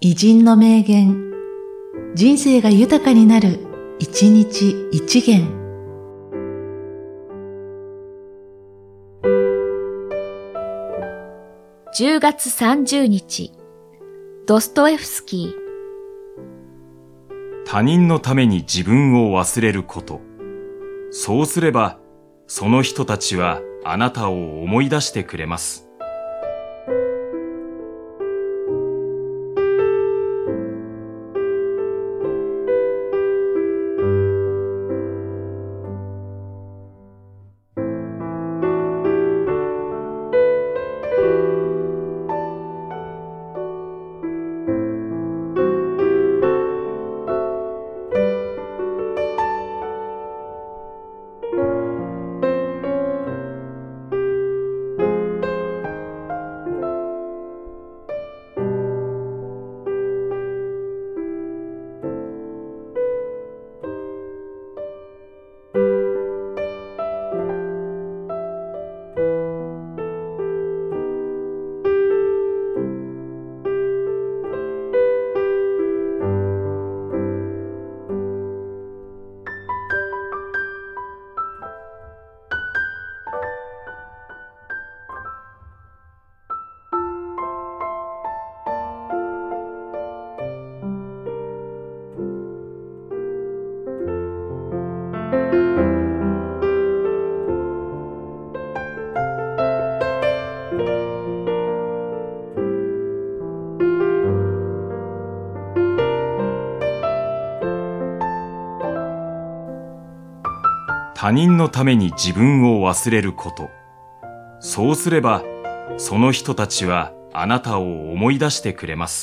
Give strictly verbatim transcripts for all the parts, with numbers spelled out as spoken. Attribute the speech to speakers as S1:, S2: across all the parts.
S1: 偉人の名言、人生が豊かになる、一日一元。
S2: じゅうがつさんじゅうにち、ドストエフスキー。
S3: 他人のために自分を忘れること。そうすれば、その人たちはあなたを思い出してくれます。他人のために自分を忘れること。そうすれば、その人たちはあなたを思い出してくれます。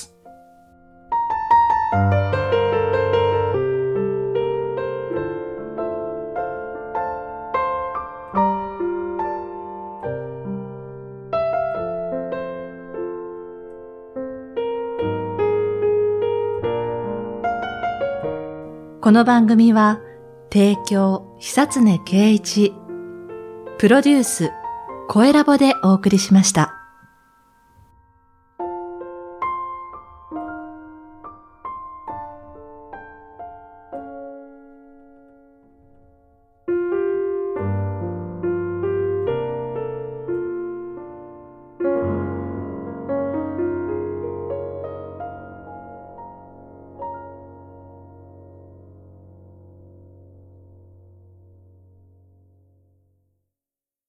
S1: この番組は、提供、久常圭一、プロデュース、声ラボでお送りしました。